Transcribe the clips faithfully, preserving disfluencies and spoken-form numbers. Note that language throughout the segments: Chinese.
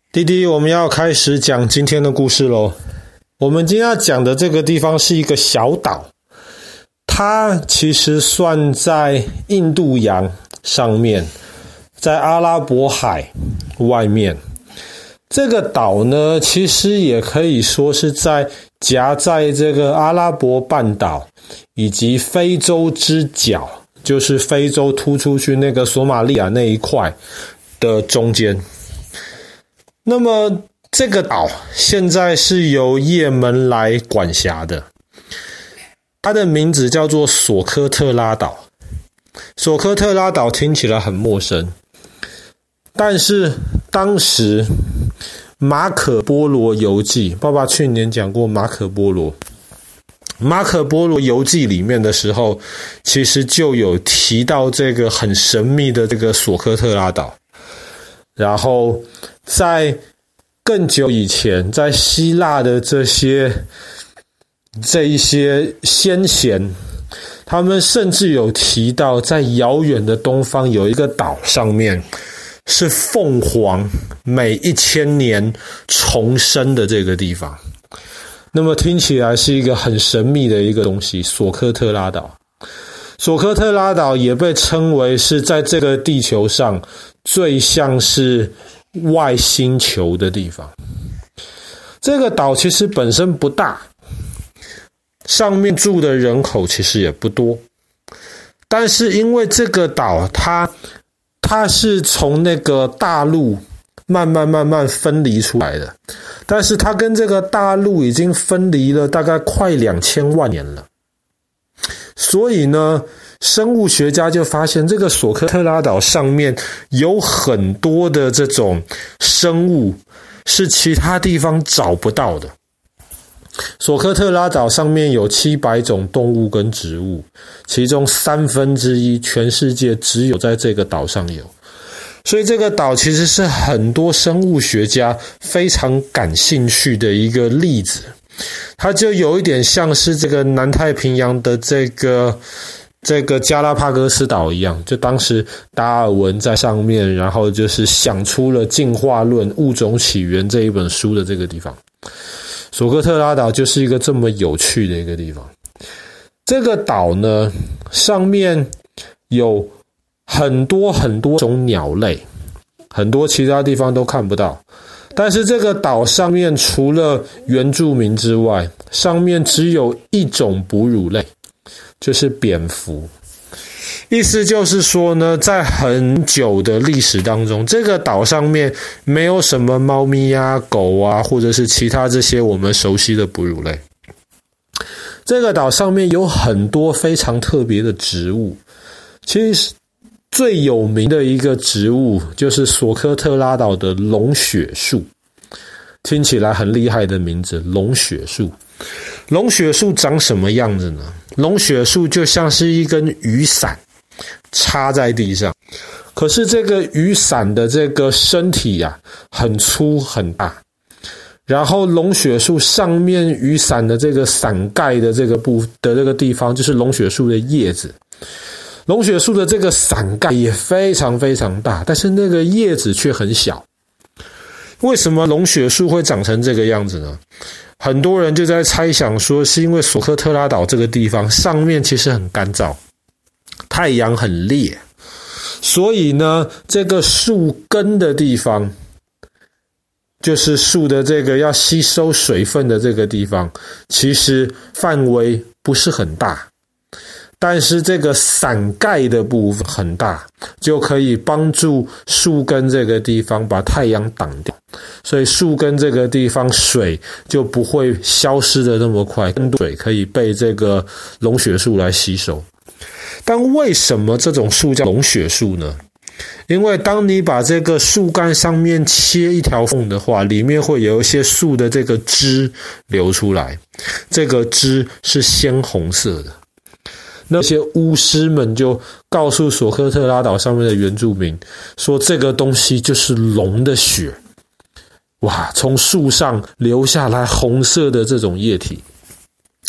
弟弟，我们要开始讲今天的故事咯。我们今天要讲的这个地方是一个小岛，它其实算在印度洋上面，在阿拉伯海外面。这个岛呢，其实也可以说是在夹在这个阿拉伯半岛以及非洲之角，就是非洲突出去那个索马利亚那一块的中间。那么这个岛现在是由也门来管辖的，它的名字叫做索科特拉岛。索科特拉岛听起来很陌生，但是当时马可波罗游记，爸爸去年讲过马可波罗，马可波罗游记里面的时候，其实就有提到这个很神秘的这个索科特拉岛。然后在更久以前，在希腊的这些这一些先贤，他们甚至有提到在遥远的东方有一个岛，上面是凤凰每一千年重生的这个地方。那么听起来是一个很神秘的一个东西，索科特拉岛。索科特拉岛也被称为是在这个地球上最像是外星球的地方。这个岛其实本身不大，上面住的人口其实也不多，但是因为这个岛它它是从那个大陆慢慢慢慢分离出来的，但是它跟这个大陆已经分离了大概快两千万年了。所以呢，生物学家就发现这个索科特拉岛上面有很多的这种生物是其他地方找不到的。索科特拉岛上面有七百种动物跟植物，其中三分之一全世界只有在这个岛上有。所以这个岛其实是很多生物学家非常感兴趣的一个例子。它就有一点像是这个南太平洋的这个这个加拉帕戈斯岛一样，就当时达尔文在上面，然后就是想出了进化论、物种起源这一本书的这个地方。索科特拉岛就是一个这么有趣的一个地方。这个岛呢，上面有很多很多种鸟类，很多其他地方都看不到。但是这个岛上面除了原住民之外，上面只有一种哺乳类，就是蝙蝠。意思就是说呢，在很久的历史当中，这个岛上面没有什么猫咪啊、狗啊，或者是其他这些我们熟悉的哺乳类。这个岛上面有很多非常特别的植物，其实最有名的一个植物就是索科特拉岛的龙血树，听起来很厉害的名字，龙血树。龙血树长什么样子呢？龙血树就像是一根雨伞插在地上，可是这个雨伞的这个身体啊很粗很大，然后龙血树上面雨伞的这个伞盖的这个部的这个地方就是龙血树的叶子。龙血树的这个伞盖也非常非常大，但是那个叶子却很小。为什么龙血树会长成这个样子呢？很多人就在猜想说，是因为索科特拉岛这个地方上面其实很干燥，太阳很烈，所以呢，这个树根的地方，就是树的这个要吸收水分的这个地方，其实范围不是很大。但是这个伞盖的部分很大，就可以帮助树根这个地方把太阳挡掉，所以树根这个地方水就不会消失的那么快，更多水可以被这个龙血树来吸收。但为什么这种树叫龙血树呢？因为当你把这个树干上面切一条缝的话，里面会有一些树的这个汁流出来，这个汁是鲜红色的。那些巫师们就告诉索科特拉岛上面的原住民说，这个东西就是龙的血。哇，从树上流下来红色的这种液体，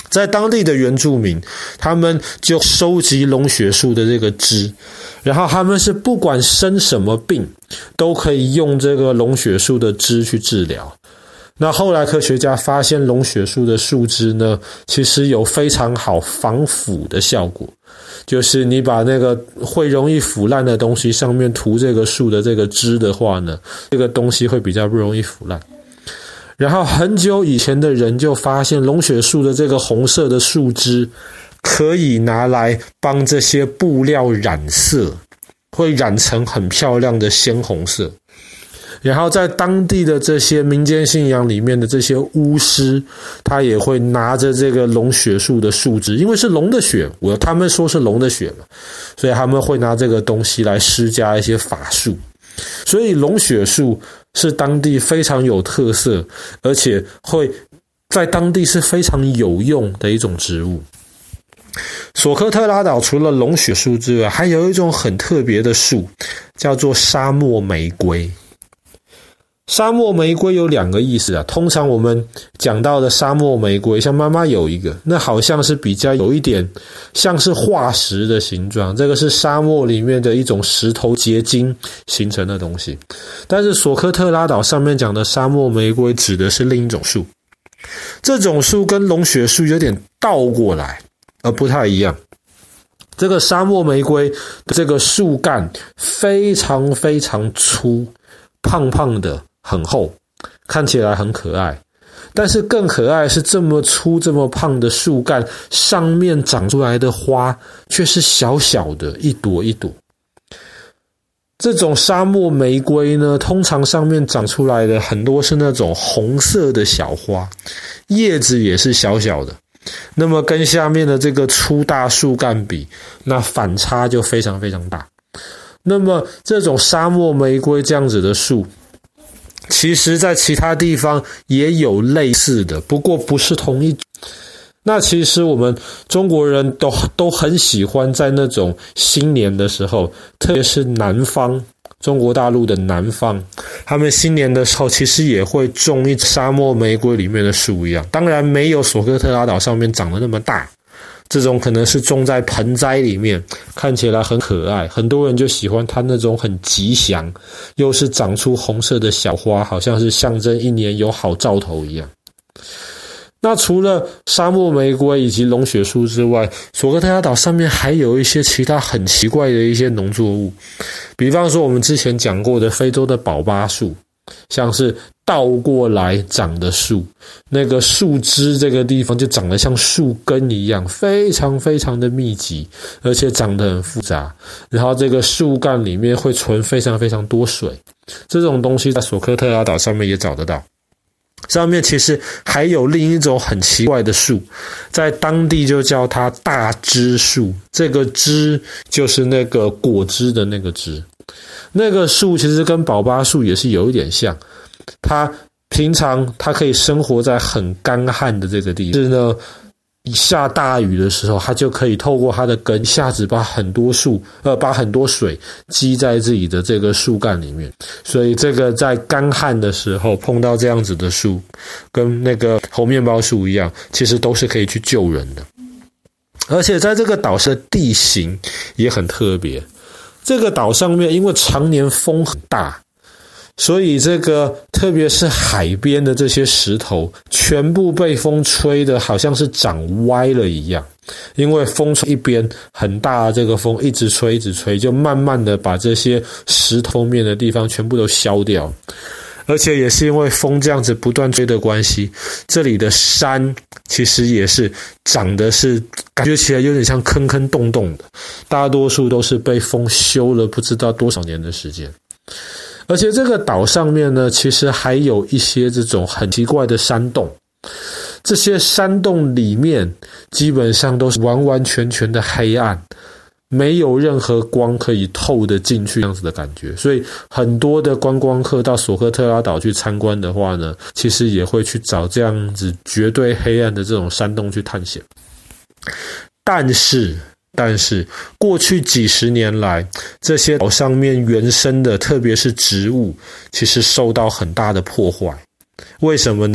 在当地的原住民，他们就收集龙血树的这个枝，然后他们是不管生什么病，都可以用这个龙血树的枝去治疗。那后来科学家发现龙血树的树枝呢，其实有非常好防腐的效果，就是你把那个会容易腐烂的东西上面涂这个树的这个枝的话呢，这个东西会比较不容易腐烂。然后很久以前的人就发现龙血树的这个红色的树枝可以拿来帮这些布料染色，会染成很漂亮的鲜红色。然后在当地的这些民间信仰里面的这些巫师，他也会拿着这个龙血树的树枝，因为是龙的血，我他们说是龙的血嘛，所以他们会拿这个东西来施加一些法术。所以龙血树是当地非常有特色，而且会在当地是非常有用的一种植物。索科特拉岛除了龙血树之外，还有一种很特别的树，叫做沙漠玫瑰。沙漠玫瑰有两个意思啊，通常我们讲到的沙漠玫瑰，像妈妈有一个，那好像是比较有一点像是化石的形状，这个是沙漠里面的一种石头结晶形成的东西。但是索科特拉岛上面讲的沙漠玫瑰指的是另一种树，这种树跟龙血树有点倒过来，而不太一样。这个沙漠玫瑰的这个树干非常非常粗，胖胖的，很厚，看起来很可爱。但是更可爱是这么粗这么胖的树干上面长出来的花却是小小的一朵一朵。这种沙漠玫瑰呢，通常上面长出来的很多是那种红色的小花，叶子也是小小的，那么跟下面的这个粗大树干比，那反差就非常非常大。那么这种沙漠玫瑰这样子的树，其实在其他地方也有类似的，不过不是同一种。那其实我们中国人都都很喜欢在那种新年的时候，特别是南方，中国大陆的南方，他们新年的时候其实也会种一沙漠玫瑰里面的树一样，当然没有索科特拉岛上面长得那么大，这种可能是种在盆栽里面，看起来很可爱，很多人就喜欢它那种很吉祥，又是长出红色的小花，好像是象征一年有好兆头一样。那除了沙漠玫瑰以及龙血树之外，索科特拉岛上面还有一些其他很奇怪的一些农作物，比方说我们之前讲过的非洲的宝巴树，像是倒过来长的树，那个树枝这个地方就长得像树根一样，非常非常的密集，而且长得很复杂，然后这个树干里面会存非常非常多水，这种东西在索科特拉岛上面也找得到。上面其实还有另一种很奇怪的树，在当地就叫它大枝树，这个枝就是那个果汁的那个枝。那个树其实跟宝巴树也是有一点像，它平常它可以生活在很干旱的这个地方，是呢下大雨的时候，它就可以透过它的根一下子把很多树呃把很多水积在自己的这个树干里面，所以这个在干旱的时候碰到这样子的树，跟那个猴面包树一样，其实都是可以去救人的。而且在这个岛上的地形也很特别，这个岛上面因为常年风很大，所以这个特别是海边的这些石头全部被风吹的好像是长歪了一样，因为风吹一边很大的这个风一直吹一直吹，就慢慢的把这些石头面的地方全部都削掉。而且也是因为风这样子不断吹的关系，这里的山其实也是长得是感觉起来有点像坑坑洞洞的，大多数都是被风修了不知道多少年的时间。而且这个岛上面呢，其实还有一些这种很奇怪的山洞，这些山洞里面基本上都是完完全全的黑暗，没有任何光可以透得进去这样子的感觉，所以很多的观光客到索科特拉岛去参观的话呢，其实也会去找这样子绝对黑暗的这种山洞去探险。但是但是过去几十年来，这些岛上面原生的特别是植物其实受到很大的破坏。为什么呢？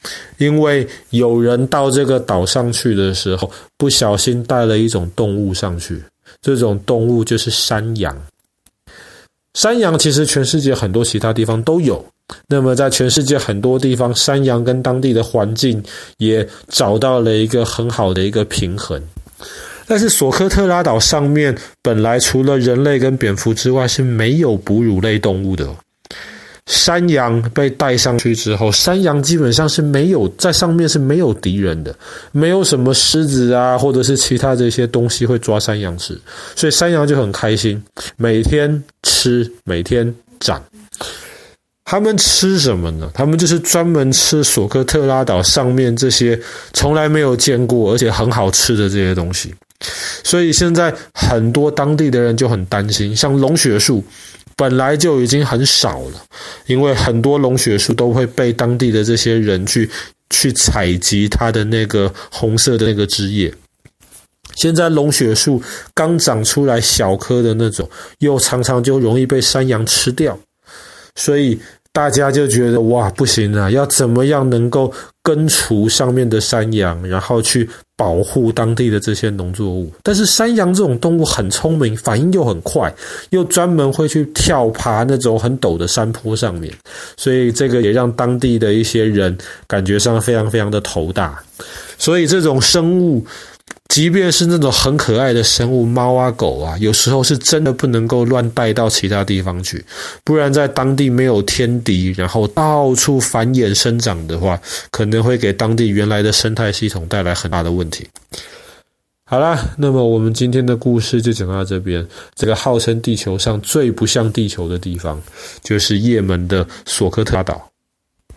因为有人到这个岛上去的时候，不小心带了一种动物上去，这种动物就是山羊。山羊其实全世界很多其他地方都有，那么在全世界很多地方，山羊跟当地的环境也找到了一个很好的一个平衡。但是索科特拉岛上面本来除了人类跟蝙蝠之外是没有哺乳类动物的。山羊被带上去之后，山羊基本上是没有在上面是没有敌人的，没有什么狮子啊或者是其他这些东西会抓山羊吃，所以山羊就很开心，每天吃每天长。他们吃什么呢？他们就是专门吃索科特拉岛上面这些从来没有见过而且很好吃的这些东西。所以现在很多当地的人就很担心，像龙血树本来就已经很少了，因为很多龙血树都会被当地的这些人去去采集它的那个红色的那个枝叶。现在龙血树刚长出来小颗的那种，又常常就容易被山羊吃掉，所以大家就觉得哇不行啊，要怎么样能够根除上面的山羊，然后去保护当地的这些农作物。但是山羊这种动物很聪明，反应又很快，又专门会去跳爬那种很陡的山坡上面，所以这个也让当地的一些人感觉上非常非常的头大。所以这种生物即便是那种很可爱的生物，猫啊狗啊，有时候是真的不能够乱带到其他地方去，不然在当地没有天敌，然后到处繁衍生长的话，可能会给当地原来的生态系统带来很大的问题。好啦，那么我们今天的故事就讲到这边。这个号称地球上最不像地球的地方，就是也门的索科特拉岛。